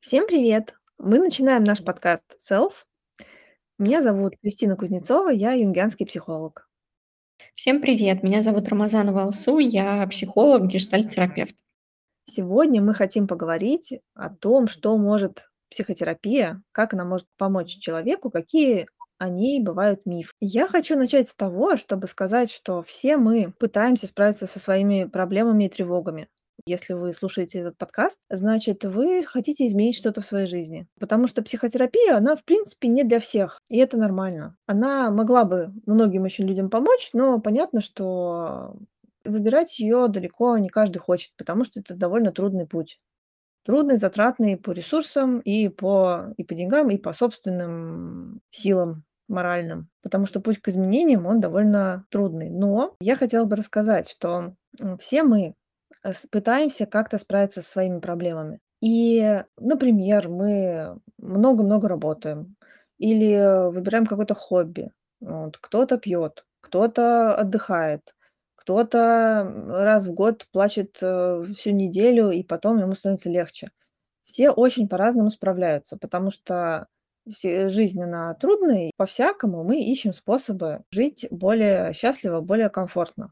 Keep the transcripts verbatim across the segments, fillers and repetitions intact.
Всем привет! Мы начинаем наш подкаст Self. Меня зовут Кристина Кузнецова, я юнгианский психолог. Всем привет! Меня зовут Рамазанова Алсу, я психолог, гештальт-терапевт. Сегодня мы хотим поговорить о том, что может психотерапия, как она может помочь человеку, какие о ней бывают мифы. Я хочу начать с того, чтобы сказать, что все мы пытаемся справиться со своими проблемами и тревогами. Если вы слушаете этот подкаст, значит, вы хотите изменить что-то в своей жизни. Потому что психотерапия, она, в принципе, не для всех, и это нормально. Она могла бы многим очень людям помочь, но понятно, что выбирать ее далеко не каждый хочет, потому что это довольно трудный путь. Трудный, затратный по ресурсам и по и по деньгам, и по собственным силам моральным, потому что путь к изменениям, он довольно трудный. Но я хотела бы рассказать, что, м, все мы, э, с пытаемся как-то справиться со своими проблемами. И, например, мы много-много работаем или выбираем какое-то хобби. Вот. Кто-то пьет, кто-то отдыхает, кто-то, м, раз в год плачет, э, всю неделю, и потом ему становится легче. Все очень по-разному справляются, потому что все жизнь, она трудная, и по-всякому мы ищем способы жить более счастливо, более комфортно.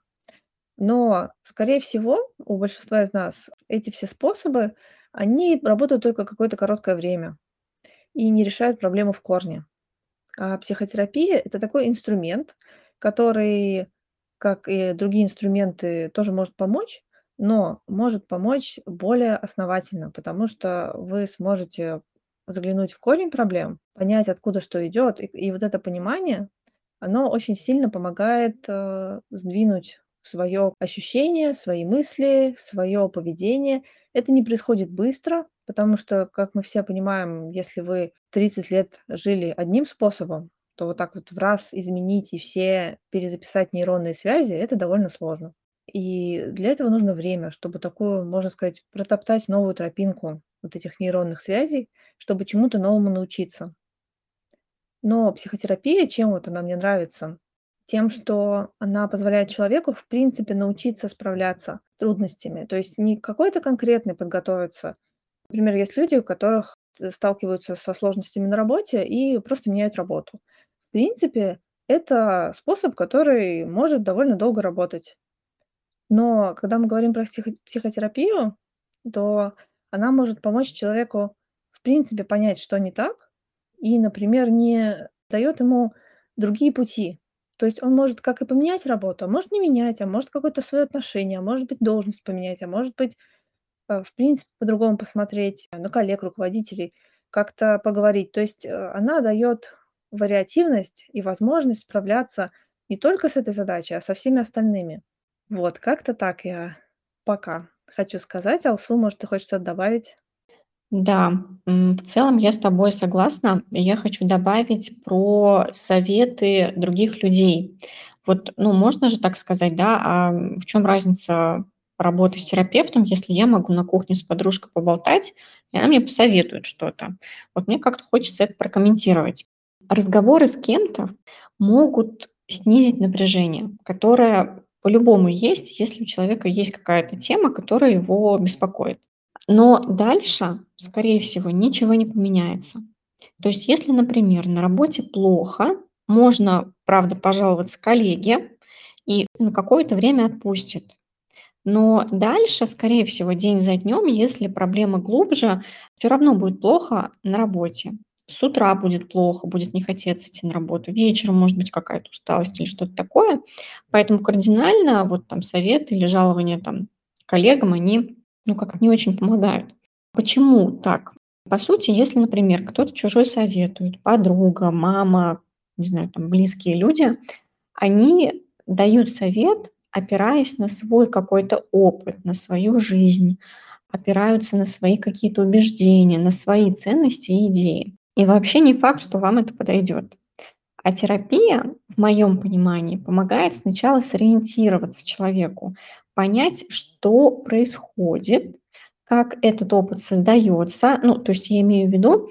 Но, скорее всего, у большинства из нас эти все способы, они работают только какое-то короткое время и не решают проблему в корне. А психотерапия- это такой инструмент, который, как и другие инструменты, тоже может помочь, но может помочь более основательно, потому что вы сможете заглянуть в корень проблем, понять, откуда что идет. И и вот это понимание, оно очень сильно помогает, э, сдвинуть свое ощущение, свои мысли, свое поведение. Это не происходит быстро, потому что, как мы все понимаем, если вы тридцать лет жили одним способом, то вот так вот в раз изменить и все перезаписать нейронные связи- это довольно сложно. И для этого нужно время, чтобы такую, можно сказать, протоптать новую тропинку вот этих нейронных связей, чтобы чему-то новому научиться. Но психотерапия, чем вот она мне нравится? Тем, что она позволяет человеку, в принципе, научиться справляться с трудностями. То есть не какой-то конкретный подготовиться. Например, есть люди, у которых с сталкиваются со сложностями на работе и просто меняют работу. В принципе, это способ, который может довольно долго работать. Но когда мы говорим про психо психотерапию, то она может помочь человеку, в принципе, понять, что не так, и, например, не даёт ему другие пути. То есть он может как и поменять работу, а может не менять, а может какое-то своё отношение, а может быть, должность поменять, а может быть, э, в принципе, по-другому посмотреть на коллег, руководителей, как-то поговорить. То есть, э, она даёт вариативность и возможность справляться не только с этой задачей, а со всеми остальными. Вот как-то так я пока хочу сказать. Алсу, может, ты хочешь что-то добавить? Да, м, в целом я с тобой согласна. Я хочу добавить про советы других людей. Вот, ну, можно же так сказать, да, а в чём разница работы с терапевтом, если я могу на кухне с подружкой поболтать, и она мне посоветует что-то? Вот мне как-то хочется это прокомментировать. Разговоры с кем-то могут снизить напряжение, которое по-любому есть, если у человека есть какая-то тема, которая его беспокоит. Но дальше, скорее всего, ничего не поменяется. То есть если, например, на работе плохо, можно, правда, пожаловаться коллеге, и на какое-то время отпустит. Но дальше, скорее всего, день за днем, если проблема глубже, всё равно будет плохо на работе. С утра будет плохо, будет не хотеться идти на работу, вечером может быть какая-то усталость или что-то такое. Поэтому кардинально вот там советы или жалования там коллегам, они, ну, как-то не очень помогают. Почему так? По сути, если, например, кто-то чужой советует, подруга, мама, не знаю, там близкие люди, они дают совет, опираясь на свой какой-то опыт, на свою жизнь, опираются на свои какие-то убеждения, на свои ценности и идеи. И вообще не факт, что вам это подойдёт. А терапия, в моём понимании, помогает сначала сориентироваться человеку, понять, что происходит, как этот опыт создаётся. Ну, то есть я имею в виду,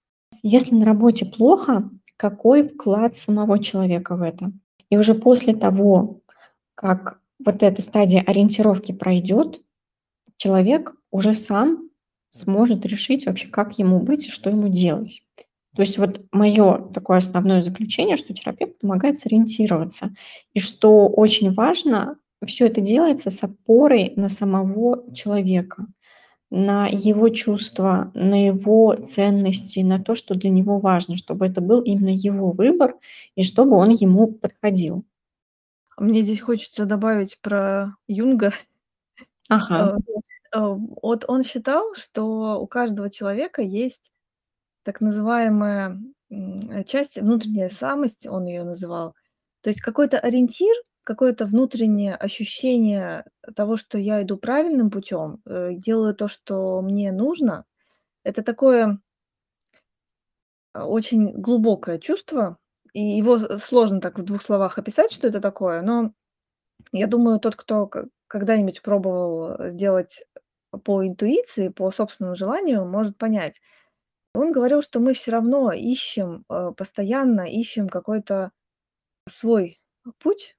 если на работе плохо, какой вклад самого человека в это? И уже после того, как вот эта стадия ориентировки пройдёт, человек уже сам сможет решить вообще, как ему быть и что ему делать. То есть вот мое такое основное заключение, что терапевт помогает сориентироваться, и что очень важно, все это делается с опорой на самого человека, на его чувства, на его ценности, на то, что для него важно, чтобы это был именно его выбор и чтобы он ему подходил. Мне здесь хочется добавить про Юнга. Ага. Э, э, вот он считал, что у каждого человека есть так называемая, м, э, часть, внутренняя самость, он ее называл. То есть какой-то ориентир, какое-то внутреннее ощущение того, что я иду правильным путем, э, делаю то, что мне нужно. Это такое, а, очень глубокое чувство, и его, э, сложно так в двух словах описать, что это такое, но я думаю, тот, кто к когда-нибудь пробовал, э, сделать по интуиции, по собственному желанию, может понять. Он говорил, что мы все равно ищем, э, постоянно ищем какой-то свой путь,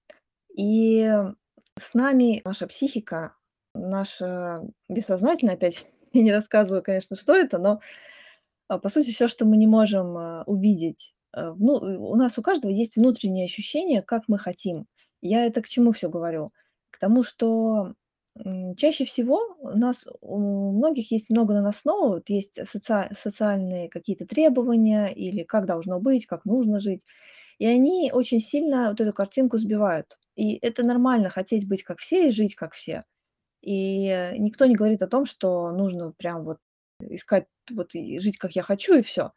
и с нами наша психика, наше бессознательное, опять я не рассказываю, конечно, что это, но, а, по сути, все, что мы не можем, а, увидеть, э, вну э, у нас у каждого есть внутреннее ощущение, как мы хотим. Я это к чему все говорю? К тому, что, м, чаще всего у нас у многих есть много наносного, вот есть соци социальные какие-то требования или как должно быть, как нужно жить. И они очень сильно вот эту картинку сбивают. И это нормально хотеть быть как все и жить как все. И, э, никто не говорит о том, что нужно прям вот искать вот и жить, как я хочу, и все.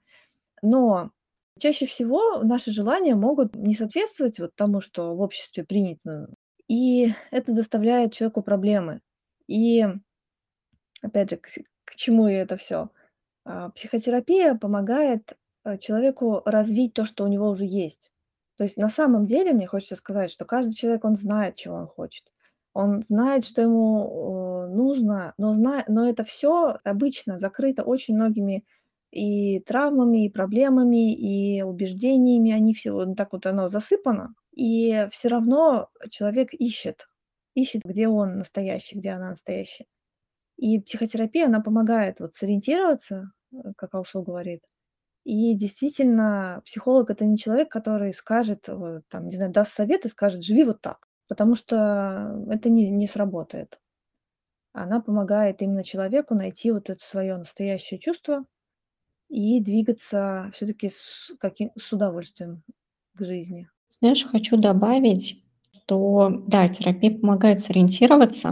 Но чаще всего наши желания могут не соответствовать вот тому, что в обществе принято, и это доставляет человеку проблемы. И опять же, к с к чему я это все? А, психотерапия помогает, э, человеку развить то, что у него уже есть. То есть на самом деле мне хочется сказать, что каждый человек, он знает, чего он хочет. Он знает, что ему, э, нужно, но зна но это все обычно закрыто очень многими и травмами, и проблемами, и убеждениями. Они все вот так вот оно засыпано, и все равно человек ищет, ищет, где он настоящий, где она настоящая. И психотерапия, она помогает вот сориентироваться, э, как Алсу говорит. И действительно, психолог — это не человек, который скажет, вот там, не знаю, даст совет и скажет: "Живи вот так", потому что это не не сработает. Она помогает именно человеку найти вот это свое настоящее чувство и двигаться все таки с каким с удовольствием к жизни. Знаешь, хочу добавить, что да, терапия помогает сориентироваться.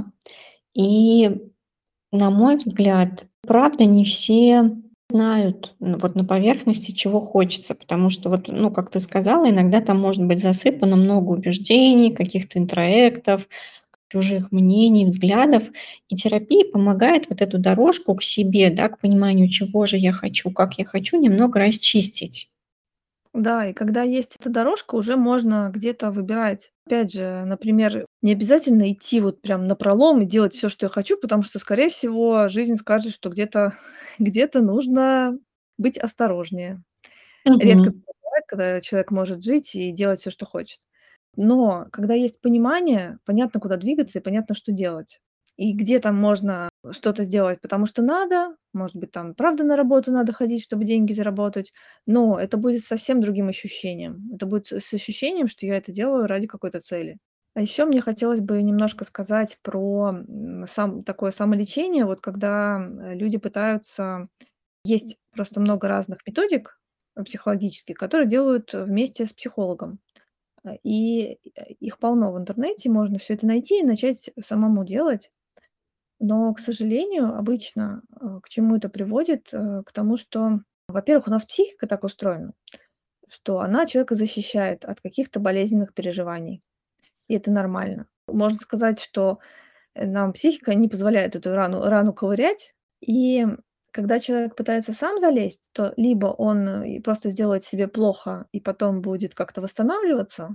И, на мой взгляд, правда, не все знают, н вот на поверхности, чего хочется, потому что вот, ну, как ты сказала, иногда там может быть засыпано много убеждений, каких-то интроектов, чужих мнений, взглядов. И терапия помогает вот эту дорожку к себе, да, к пониманию, чего же я хочу, как я хочу, немного расчистить. Да, и когда есть эта дорожка, уже можно где-то выбирать. Опять же, например, не обязательно идти вот прям напролом и делать все, что я хочу, потому что, скорее всего, жизнь скажет, что где-то где-то нужно быть осторожнее. Редко Мгм. такое бывает, когда человек может жить и делать все, что хочет. Но когда есть понимание, понятно, куда двигаться и понятно, что делать. И где там можно что-то сделать, потому что надо, может быть, там правда на работу надо ходить, чтобы деньги заработать, но это будет совсем другим ощущением. Это будет с с ощущением, что я это делаю ради какой-то цели. А еще мне хотелось бы немножко сказать про, м, сам такое самолечение. Вот когда, э, люди пытаются есть просто много разных методик, э, психологических, которые делают, э, вместе с психологом. Э, и, э, их полно в интернете, можно все это найти и начать самому делать. Но, к сожалению, обычно, э, к чему это приводит? Э, к тому, что, во-первых, у нас психика так устроена, что она человека защищает от каких-то болезненных переживаний, и это нормально. Можно сказать, что, э, нам психика не позволяет эту рану рану ковырять, и когда человек пытается сам залезть, то либо он, э, и просто сделает себе плохо и потом будет как-то восстанавливаться,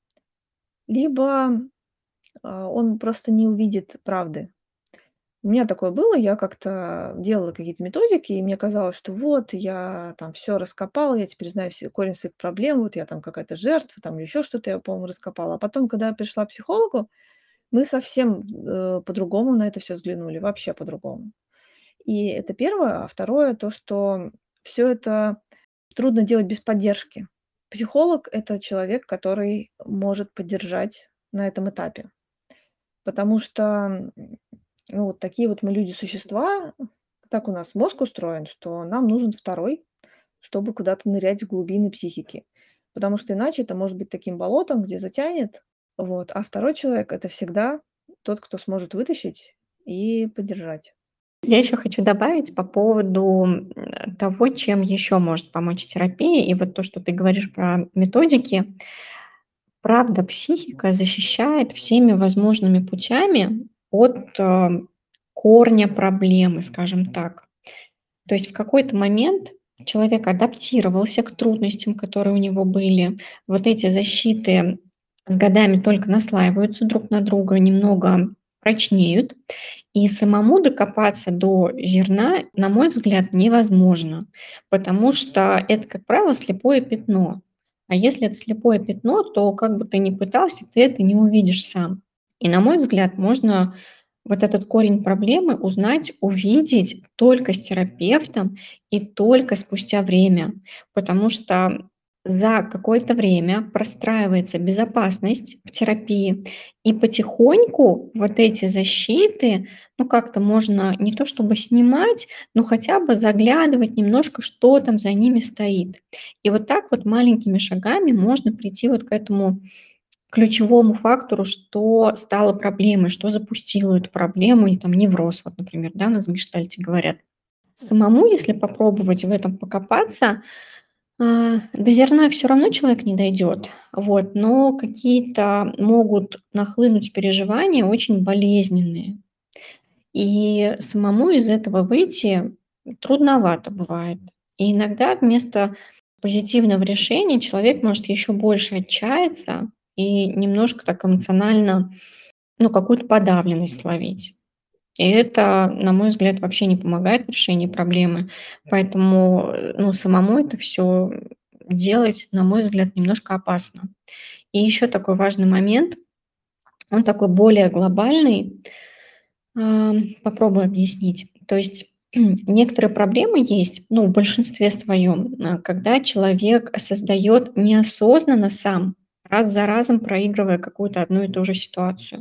либо, а, он просто не увидит правды. У меня такое было, я как-то делала какие-то методики, и мне казалось, что вот я там все раскопала, я теперь знаю все корень своих проблем, вот я там какая-то жертва, там или еще что-то я, по-моему, раскопала. А потом, когда я пришла к психологу, мы совсем, э, по-другому на это все взглянули, вообще по-другому. И это первое. А второе то, что всё это трудно делать без поддержки. Психолог- это человек, который может поддержать на этом этапе. Потому что, м, ну, вот такие вот мы люди-существа, так у нас мозг устроен, что нам нужен второй, чтобы куда-то нырять в глубины психики. Потому что иначе это может быть таким болотом, где затянет. Вот. А второй человек- это всегда тот, кто сможет вытащить и поддержать. Я еще хочу добавить по поводу, м, того, чем еще может помочь терапия. И вот то, что ты говоришь про методики. Правда, психика защищает всеми возможными путями от, э, корня проблемы, скажем так. То есть в какой-то момент человек адаптировался к трудностям, которые у него были. Вот эти защиты с годами только наслаиваются друг на друга, немного прочнеют. И самому докопаться до зерна, на мой взгляд, невозможно, потому что это, как правило, слепое пятно. А если это слепое пятно, то как бы ты ни пытался, ты это не увидишь сам. И на мой взгляд, можно вот этот корень проблемы узнать, увидеть только с терапевтом и только спустя время. Потому что за какое-то время простраивается безопасность в терапии, и потихоньку вот эти защиты, ну, как-то можно не то чтобы снимать, но хотя бы заглядывать немножко, что там за ними стоит. И вот так вот маленькими шагами можно прийти вот к этому ключевому фактору, что стало проблемой, что запустило эту проблему или там невроз, вот, например, да, у нас в гештальте говорят. Самому, если попробовать в этом покопаться, а, до зерна всё равно человек не дойдет, вот, но какие-то могут нахлынуть переживания очень болезненные. И самому из этого выйти трудновато бывает. И иногда вместо позитивного решения человек может еще больше отчаяться и немножко так эмоционально, ну, какую-то подавленность словить. И это, на мой взгляд, вообще не помогает в решении проблемы. Поэтому, э, ну, самому это всё делать, на мой взгляд, немножко опасно. И еще такой важный момент, он такой более глобальный. Ам, попробую объяснить. То есть некоторые проблемы есть, ну, в большинстве своем, а, когда человек создает неосознанно сам, раз за разом проигрывая какую-то одну и ту же ситуацию.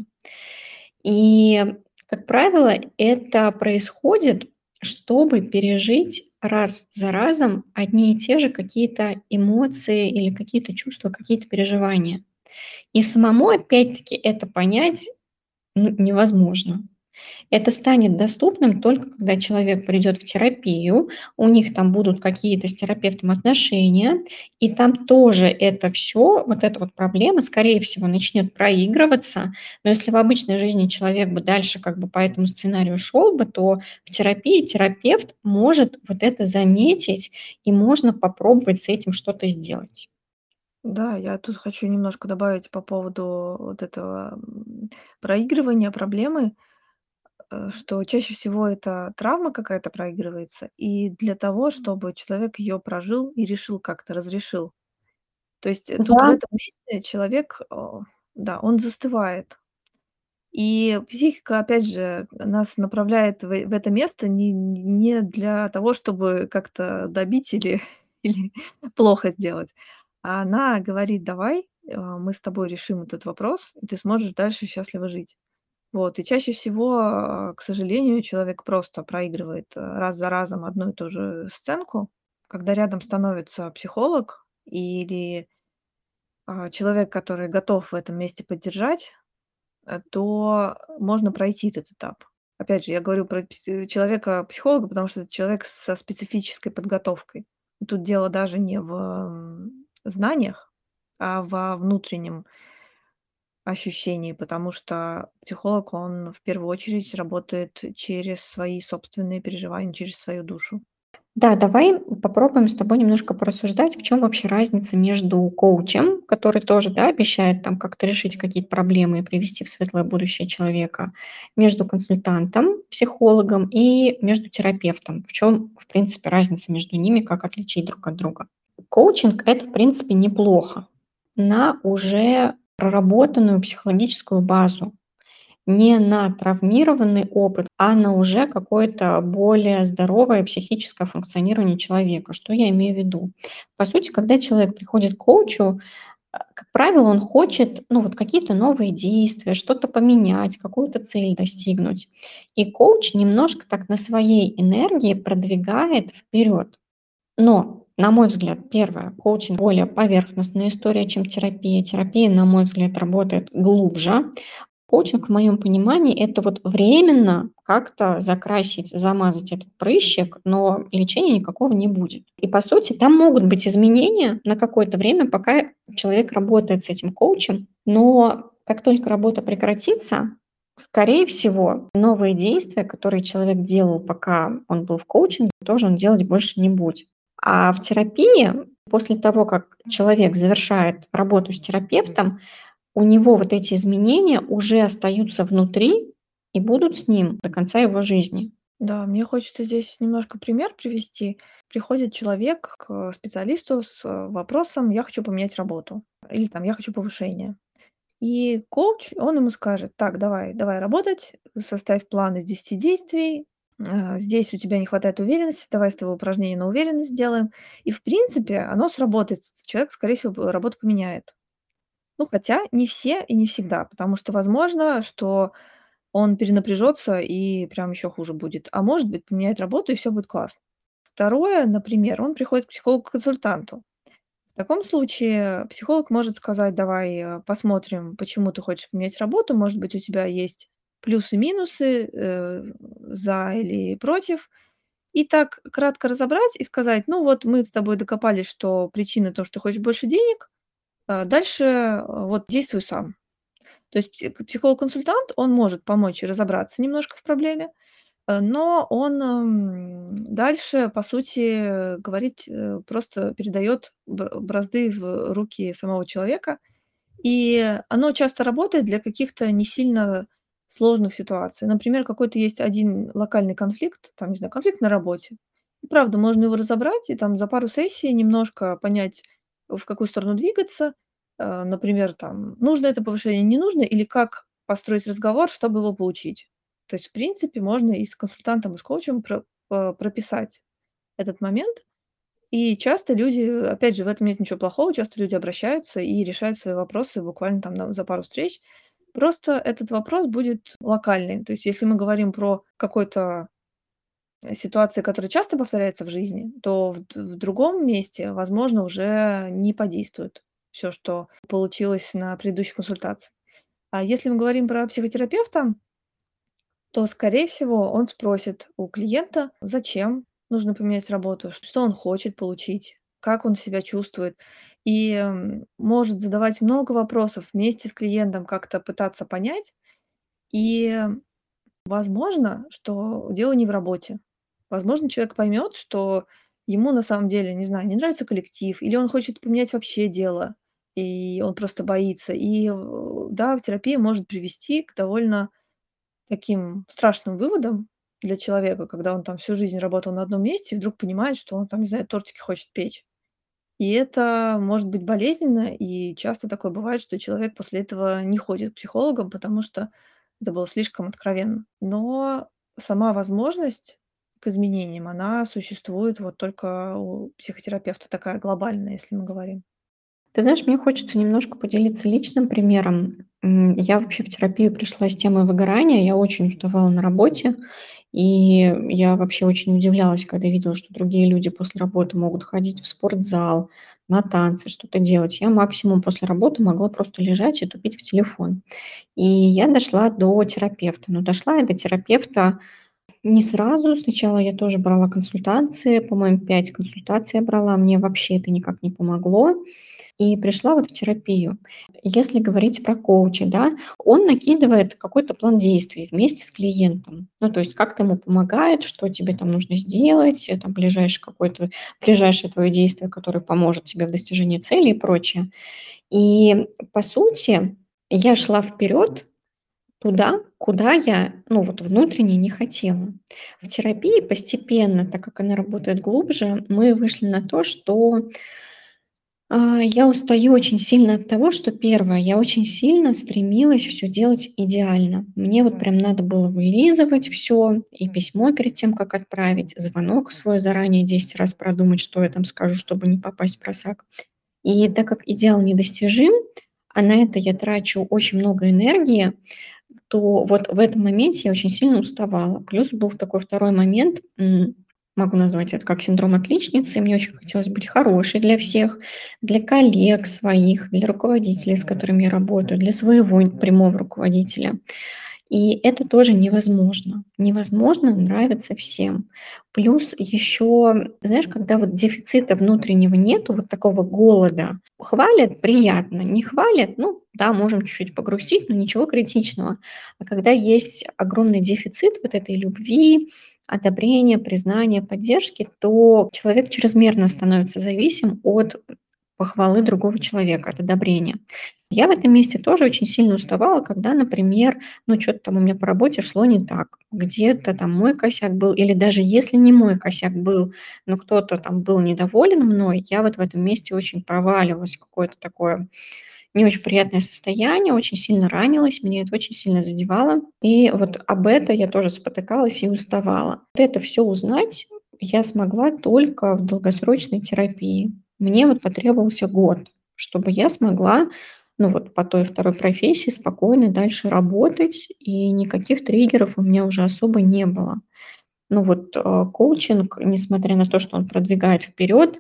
И, как правило, это происходит, чтобы пережить раз за разом одни и те же какие-то эмоции или какие-то чувства, какие-то переживания. И самому опять-таки это понять, ну, невозможно. Это станет доступным только когда человек придет в терапию, у них там будут какие-то с терапевтом отношения, и там тоже это всё, вот эта вот проблема, скорее всего, начнет проигрываться. Но если в обычной жизни человек бы дальше как бы по этому сценарию шел бы, то в терапии терапевт может вот это заметить, и можно попробовать с этим что-то сделать. Да, я тут хочу немножко добавить по поводу вот этого, м, проигрывания проблемы, э, что чаще всего это травма какая-то проигрывается, и для того, чтобы человек ее прожил и решил как-то, разрешил. То есть, э, тут в Да. этом месте человек, а, да, он застывает. И психика, опять же, нас направляет в в это место не не для того, чтобы как-то добить или или плохо сделать. А она говорит: "Давай, а, мы с тобой решим этот вопрос, и ты сможешь дальше счастливо жить". Вот. И чаще всего, а, к сожалению, человек просто проигрывает, а, раз за разом одну и ту же сценку. Когда рядом становится психолог или, а, человек, который готов в этом месте поддержать, э, то можно пройти этот этап. Опять же, я говорю про пс человека-психолога, потому что это человек со специфической подготовкой. Тут дело даже не в, м, знаниях, а во внутреннем ощущении, потому что психолог, он в первую очередь работает через свои собственные переживания, через свою душу. Да, давай попробуем с тобой немножко порассуждать, в чём вообще разница между коучем, который тоже, да, обещает там как-то решить какие-то проблемы и привести в светлое будущее человека, между консультантом, психологом и между терапевтом. В чём, в принципе, разница между ними, как отличить друг от друга? Коучинг- это, в принципе, неплохо на уже проработанную психологическую базу. не на травмированный опыт, а на уже какое-то более здоровое психическое функционирование человека. Что я имею в виду? По сути, когда человек приходит к коучу, а, как правило, он хочет, ну, вот какие-то новые действия, что-то поменять, какую-то цель достигнуть. И коуч немножко так на своей энергии продвигает вперед. Но, на мой взгляд, первое, коучинг более поверхностная история, чем терапия. Терапия, на мой взгляд, работает глубже. Коучинг, в моем понимании, это вот временно как-то закрасить, замазать этот прыщик, но лечения никакого не будет. И, по сути, там могут быть изменения на какое-то время, пока человек работает с этим коучем, но как только работа прекратится, скорее всего, новые действия, которые человек делал, пока он был в коучинге, тоже он делать больше не будет. А в терапии, после того, как человек завершает работу с терапевтом, у него вот эти изменения уже остаются внутри и будут с ним до конца его жизни. Да, мне хочется здесь немножко пример привести. Приходит человек к специалисту с э, вопросом: "Я хочу поменять работу" или там "Я хочу повышения". И коуч, он ему скажет: "Так, давай, давай работать, составь план из десяти действий. А, здесь у тебя не хватает уверенности, давай с тобой упражнение на уверенность сделаем". И, в принципе, оно сработает. Человек, скорее всего, п работу поменяет. Ну, хотя не все и не всегда, потому что возможно, что он перенапряжется и прям еще хуже будет. А может быть, поменяет работу, и все будет классно. Второе, например, он приходит к психологу-консультанту. В таком случае психолог может сказать: "Давай, э, посмотрим, почему ты хочешь поменять работу. Может быть, у тебя есть плюсы-минусы, э, за или против". И так кратко разобрать и сказать: "Ну вот мы с тобой докопались, что причина то, что ты хочешь больше денег, а дальше, э, вот действуй сам". То есть пси психолог-консультант, он может помочь разобраться немножко в проблеме, э, но он, м, дальше, по сути, говорит, э, просто передает б бразды в руки самого человека. И оно часто работает для каких-то не сильно сложных ситуаций. Например, какой-то есть один локальный конфликт, там, не знаю, конфликт на работе. И правда, можно его разобрать и там за пару сессий немножко понять, в какую сторону двигаться. Э, например, там, нужно это повышение, не нужно, или как построить разговор, чтобы его получить. То есть, в принципе, можно и с консультантом, и с коучем про по прописать этот момент. И часто люди, опять же, в этом нет ничего плохого, часто люди обращаются и решают свои вопросы буквально там на за пару встреч. Просто этот вопрос будет локальный. То есть если мы говорим про какой-то, э, ситуации, которая часто повторяется в жизни, то в д в другом месте, возможно, уже не подействует все, что получилось на предыдущей консультации. А если мы говорим про психотерапевта, то, скорее всего, он спросит у клиента, зачем нужно поменять работу, что он хочет получить, как он себя чувствует. И м, может задавать много вопросов вместе с клиентом, как-то пытаться понять. И возможно, что дело не в работе. Возможно, человек поймет, что ему на самом деле, не знаю, не нравится коллектив, или он хочет поменять вообще дело, и он просто боится. И э, да, терапия может привести к довольно таким страшным выводом для человека, когда он там всю жизнь работал на одном месте и вдруг понимает, что он там, не знаю, тортики хочет печь. И это может быть болезненно, и часто такое бывает, что человек после этого не ходит к психологам, потому что это было слишком откровенно. Но сама возможность к изменениям, она существует вот только у психотерапевта, такая глобальная, если мы говорим. Ты знаешь, мне хочется немножко поделиться личным примером. М, Я вообще в терапию пришла с темой выгорания. Я очень уставала на работе. И я вообще очень удивлялась, когда видела, что другие люди после работы могут ходить в спортзал, на танцы, что-то делать. Я максимум после работы могла просто лежать и тупить в телефон. И я дошла до терапевта. Но дошла я до терапевта не сразу. Сначала я тоже брала консультации. По-моему, пять консультаций я брала. Мне вообще это никак не помогло. И пришла вот в терапию. Если говорить про коуча, да, он накидывает какой-то план действий вместе с клиентом. Ну, то есть как-то ему помогает, что тебе там нужно сделать, э, там ближайшее какое-то, ближайшее твое действие, которое поможет тебе в достижении цели и прочее. И по сути, я шла вперед туда, куда я, ну, вот внутренне не хотела. В терапии постепенно, так как она работает глубже, мы вышли на то, что А, я устаю очень сильно от того, что первое, я очень сильно стремилась всё делать идеально. Мне вот прям надо было вылизывать всё, и письмо перед тем, как отправить, звонок свой заранее десять раз продумать, что я там скажу, чтобы не попасть в просак. И так как идеал недостижим, а на это я трачу очень много энергии, то вот в этом моменте я очень сильно уставала. Плюс был такой второй момент, м, могу назвать это как синдром отличницы. Мне очень хотелось быть хорошей для всех: для коллег своих, для руководителей, с которыми я работаю, для своего н прямого руководителя. И это тоже невозможно. Невозможно нравиться всем. Плюс еще, знаешь, когда вот дефицита внутреннего нету, вот такого голода. Хвалят- приятно, не хвалят- ну да, можем чуть-чуть погрустить, но ничего критичного. А когда есть огромный дефицит вот этой любви, одобрения, признания, поддержки, то человек чрезмерно становится зависим от похвалы другого человека, от одобрения. Я в этом месте тоже очень сильно уставала, когда, например, ну, чё-то там у меня по работе шло не так, где-то там мой косяк был, или даже если не мой косяк был, но кто-то там был недоволен мной, я вот в этом месте очень проваливалась в какое-то такое не очень приятное состояние, очень сильно ранилась, меня это очень сильно задевало. И вот об это я тоже спотыкалась и уставала. Вот это всё узнать я смогла только в долгосрочной терапии. Мне вот потребовался год, чтобы я смогла, ну, вот по той второй профессии спокойно дальше работать, и никаких триггеров у меня уже особо не было. Ну вот, э, коучинг, несмотря на то, что он продвигает вперед,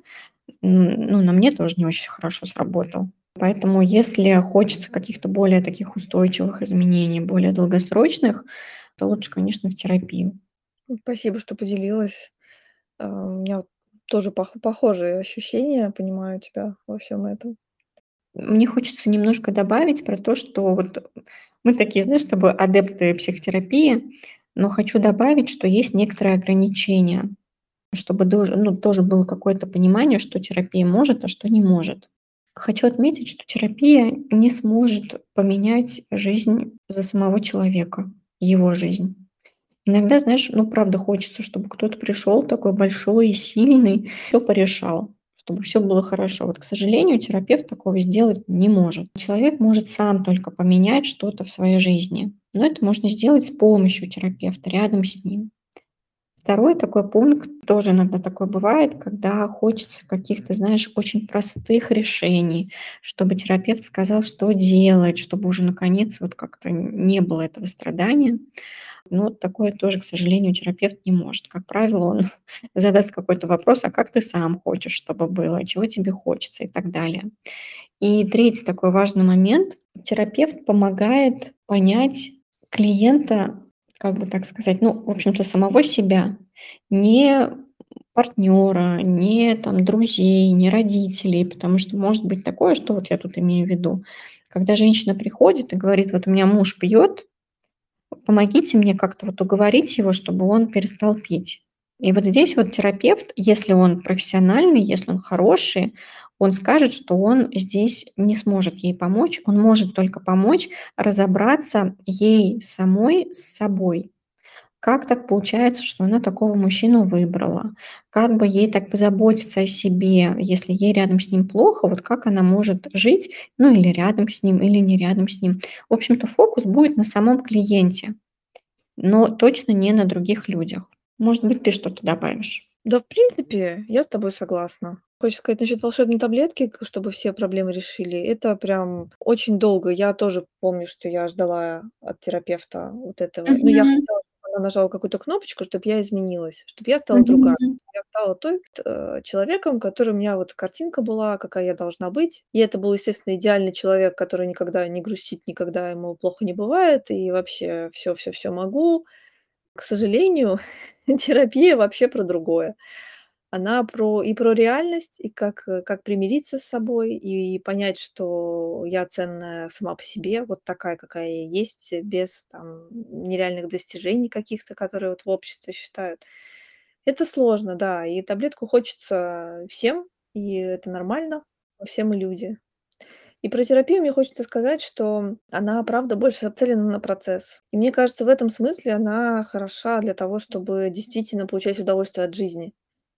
н ну, на мне тоже не очень хорошо сработал. Поэтому, если хочется каких-то более таких устойчивых изменений, более долгосрочных, то лучше, конечно, в терапию. М, спасибо, что поделилась. А, у меня вот тоже пох похожие ощущения, понимаю тебя во всём этом. Мне хочется немножко добавить про то, что вот мы такие, знаешь, с тобой адепты психотерапии, но хочу добавить, что есть некоторые ограничения, чтобы дож ну, тоже было какое-то понимание, что терапия может, а что не может. Хочу отметить, что терапия не сможет поменять жизнь за самого человека, его жизнь. Иногда, знаешь, ну, правда хочется, чтобы кто-то пришел такой большой и сильный, всё порешал, чтобы всё было хорошо. Вот, к сожалению, терапевт такого сделать не может. Человек может сам только поменять что-то в своей жизни, но это можно сделать с помощью терапевта, рядом с ним. Второй такой пункт, тоже иногда такое бывает, когда хочется каких-то, знаешь, очень простых решений, чтобы терапевт сказал, что делать, чтобы уже наконец вот как-то н не было этого страдания. Но вот такое тоже, к сожалению, терапевт не может. Как правило, он задаст какой-то вопрос: "А как ты сам хочешь, чтобы было? Чего тебе хочется?" И так далее. И третий такой важный момент: терапевт помогает понять клиента, как бы так сказать, ну, в общем-то, самого себя, не партнёра, не там друзей, не родителей. Потому что может быть такое, что вот я тут имею в виду, когда женщина приходит и говорит: "Вот у меня муж пьёт, помогите мне как-то вот уговорить его, чтобы он перестал пить". И вот здесь вот терапевт, если он профессиональный, если он хороший, он скажет, что он здесь не сможет ей помочь. Он может только помочь разобраться ей самой с собой. Как так получается, что она такого мужчину выбрала? Как бы ей так позаботиться о себе, если ей рядом с ним плохо? Вот как она может жить, ну, или рядом с ним, или не рядом с ним? В общем-то, фокус будет на самом клиенте, но точно не на других людях. Может быть, ты что-то добавишь? Да, в принципе, я с тобой согласна. Хочешь сказать насчёт волшебной таблетки, к чтобы все проблемы решили? Это прям очень долго. Я тоже помню, что я ждала от терапевта вот этого. Ну, я Мгм. хотела, чтобы она нажала какую-то кнопочку, чтоб я изменилась, чтоб я стала другая. Мгм. Я стала той т э, человеком, который у меня вот картинка была, какая я должна быть. И это был, естественно, идеальный человек, который никогда не грустит, никогда ему плохо не бывает, и вообще всё всё всё могу. К сожалению, терапия вообще про другое. Она про и про реальность, и как, э, как примириться с собой, и понять, что я ценная сама по себе, вот такая, какая я есть, без там нереальных достижений каких-то, которые вот в обществе считают. Это сложно, да, и таблетку хочется всем, и это нормально. Все мы люди. И про терапию мне хочется сказать, что она, правда, больше нацелена на процесс. И мне кажется, в этом смысле она хороша для того, чтобы действительно получать удовольствие от жизни.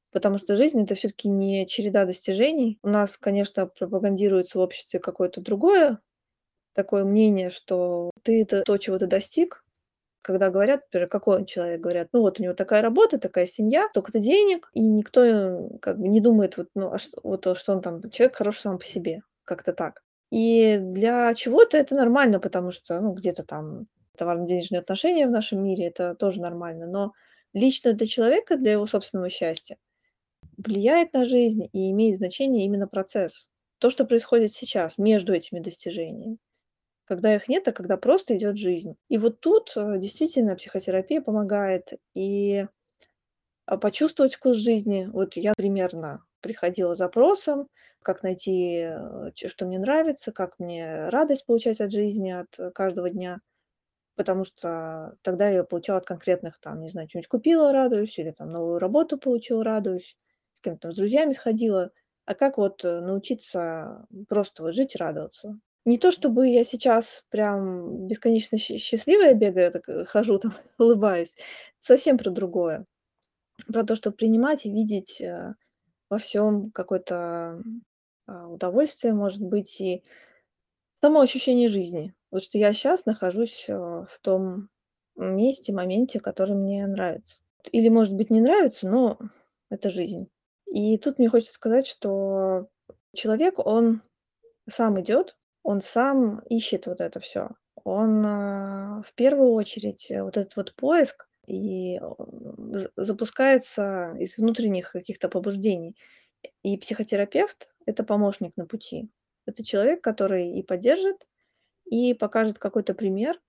Потому что жизнь- это всё-таки не череда достижений. У нас, конечно, пропагандируется в обществе какое-то другое такое мнение, что ты- это то, чего ты достиг. Когда говорят, например, какой он человек, говорят: "Ну, вот у него такая работа, такая семья, столько-то денег". И никто, э, как бы не думает, вот, ну, а что вот, что он там человек хороший сам по себе, как-то так. И для чего-то это нормально, потому что, ну, где-то там товарно-денежные отношения в нашем мире- это тоже нормально. Но лично для человека, для его собственного счастья влияет на жизнь и имеет значение именно процесс. То, что происходит сейчас между этими достижениями. Когда их нет, а когда просто идет жизнь. И вот тут, э, действительно психотерапия помогает и, а, почувствовать вкус жизни. Вот я примерно приходила с запросом, как найти, э, ч что мне нравится, как мне радость получать от жизни, от каждого дня. Потому что тогда я получала от конкретных там, не знаю, чё-нибудь купила- радуюсь, или там новую работу получила- радуюсь, с кем-то там, с друзьями сходила. А как вот, э, научиться просто вот жить и радоваться? Не то чтобы я сейчас прям бесконечно сч счастливая бегаю, так, э, хожу там, улыбаюсь. Совсем про другое. Про то, чтоб принимать и видеть, э, во всём какое-то, а, удовольствие, может быть, и само ощущение жизни. Вот что я щас нахожусь, э, в том месте, моменте, который мне нравится. Или, может быть, не нравится, но это жизнь. И тут мне хочется сказать, что человек, он сам идёт, он сам ищет вот это всё. Он, а, в первую очередь, э, вот этот вот поиск, и он з запускается из внутренних каких-то побуждений. И психотерапевт- это помощник на пути. Это человек, который и поддержит, и покажет какой-то пример,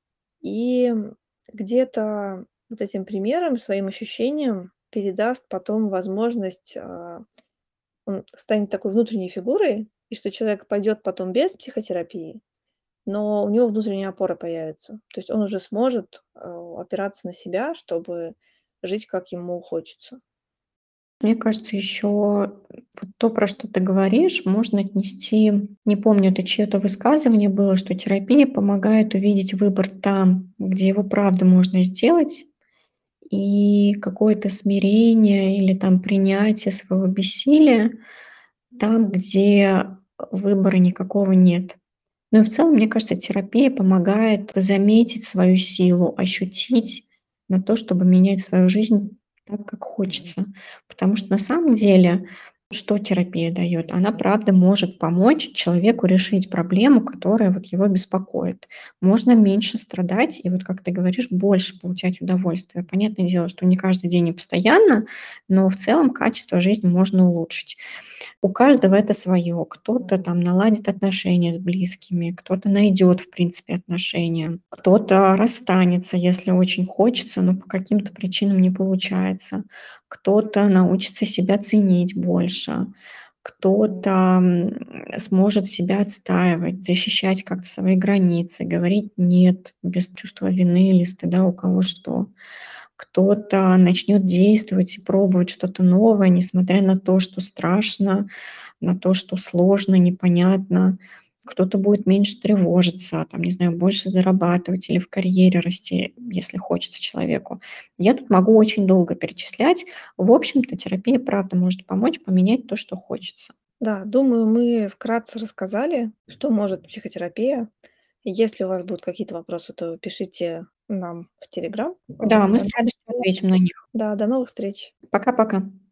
и где-то вот этим примером, своим ощущением передаст потом возможность, а, он станет такой внутренней фигурой, и что человек пойдет потом без психотерапии, но у него внутренняя опора появится. То есть он уже сможет, а, опираться на себя, чтобы жить, как ему хочется. Мне кажется, еще вот то, про что ты говоришь, можно отнести, не помню, это чье-то высказывание было, что терапия помогает увидеть выбор там, где его правда можно сделать, и какое-то смирение или там принятие своего бессилия там, где выбора никакого нет. Ну и в целом, мне кажется, терапия помогает заметить свою силу, ощутить на то, чтобы менять свою жизнь так, как хочется. Потому что на самом деле, что терапия даёт? Она правда может помочь человеку решить проблему, которая вот его беспокоит. Можно меньше страдать и, вот как ты говоришь, больше получать удовольствие. Понятное дело, что не каждый день и постоянно, но в целом качество жизни можно улучшить. У каждого это своё. Кто-то там наладит отношения с близкими, кто-то найдёт, в принципе, отношения, кто-то расстанется, если очень хочется, но по каким-то причинам не получается, кто-то научится себя ценить больше, кто-то, м, сможет себя отстаивать, защищать как-то свои границы, говорить "нет" без чувства вины или стыда, у кого что. Кто-то начнёт действовать и пробовать что-то новое, несмотря на то, что страшно, на то, что сложно, непонятно. Кто-то будет меньше тревожиться, там, не знаю, больше зарабатывать или в карьере расти, если хочется человеку. Я тут могу очень долго перечислять. В общем-то, терапия правда может помочь поменять то, что хочется. Да, думаю, мы вкратце рассказали, что может психотерапия. Если у вас будут какие-то вопросы, то пишите нам в "Телеграм". Да, Вот. мы До с новых радостью встреч. ответим на них. Да, до новых встреч. Пока-пока.